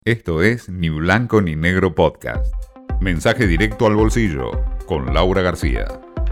Esto es Ni Blanco ni Negro Podcast. Mensaje directo al bolsillo con Laura García.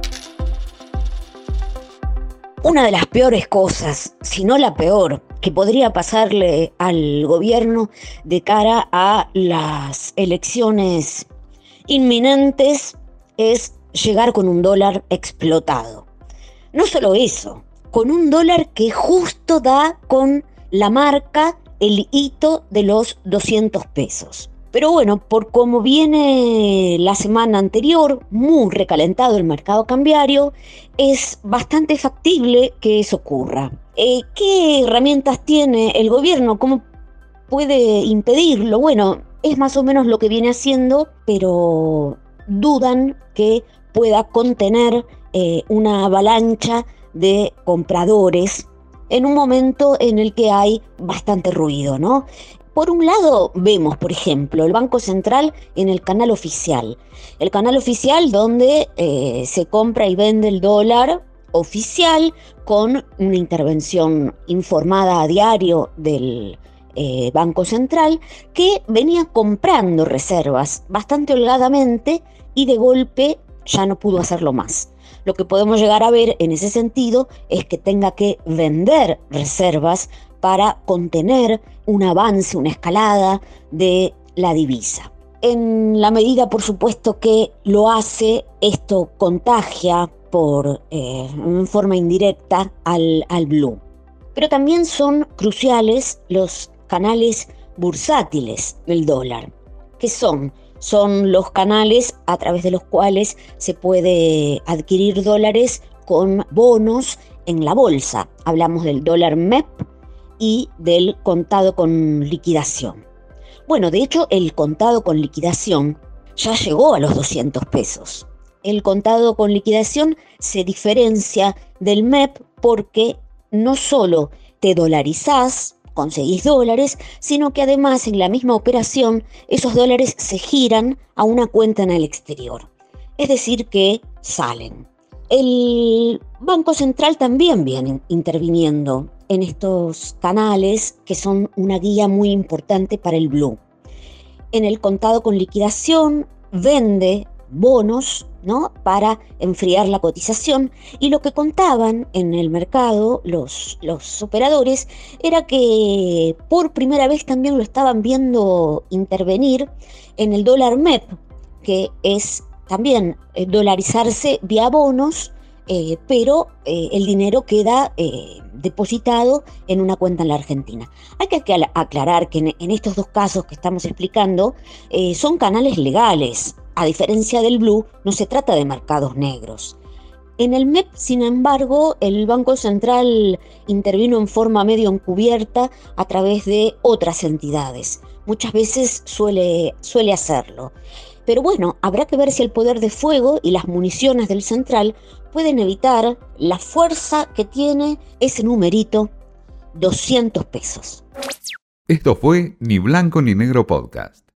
Una de las peores cosas, si no la peor, que podría pasarle al gobierno de cara a las elecciones inminentes es llegar con un dólar explotado. No solo eso, con un dólar que justo da con la marca, el hito de los 200 pesos. Pero bueno, por cómo viene la semana anterior, muy recalentado el mercado cambiario, es bastante factible que eso ocurra. ¿Qué herramientas tiene el gobierno? ¿Cómo puede impedirlo? Bueno, es más o menos lo que viene haciendo, pero dudan que pueda contener una avalancha de compradores en un momento en el que hay bastante ruido, ¿no? Por un lado vemos, por ejemplo, el Banco Central en el canal oficial donde se compra y vende el dólar oficial con una intervención informada a diario del Banco Central, que venía comprando reservas bastante holgadamente y de golpe ya no pudo hacerlo más. Lo que podemos llegar a ver en ese sentido es que tenga que vender reservas para contener un avance, una escalada de la divisa. En la medida, por supuesto, que lo hace, esto contagia en forma indirecta al blue. Pero también son cruciales los canales bursátiles del dólar, que son los canales a través de los cuales se puede adquirir dólares con bonos en la bolsa. Hablamos del dólar MEP y del contado con liquidación. Bueno, de hecho, el contado con liquidación ya llegó a los 200 pesos. El contado con liquidación se diferencia del MEP porque no solo te dolarizás, conseguís dólares, sino que además en la misma operación esos dólares se giran a una cuenta en el exterior. Es decir, que salen. El Banco Central también viene interviniendo en estos canales que son una guía muy importante para el blue. En el contado con liquidación vende bonos, ¿no?, para enfriar la cotización, y lo que contaban en el mercado los operadores era que por primera vez también lo estaban viendo intervenir en el dólar MEP, que es también dolarizarse vía bonos, pero el dinero queda depositado en una cuenta en la Argentina. Hay que aclarar que en estos dos casos que estamos explicando son canales legales. A diferencia del blue, no se trata de mercados negros. En el MEP, sin embargo, el Banco Central intervino en forma medio encubierta a través de otras entidades. Muchas veces suele hacerlo. Pero bueno, habrá que ver si el poder de fuego y las municiones del central pueden evitar la fuerza que tiene ese numerito, 200 pesos. Esto fue Ni Blanco ni Negro Podcast.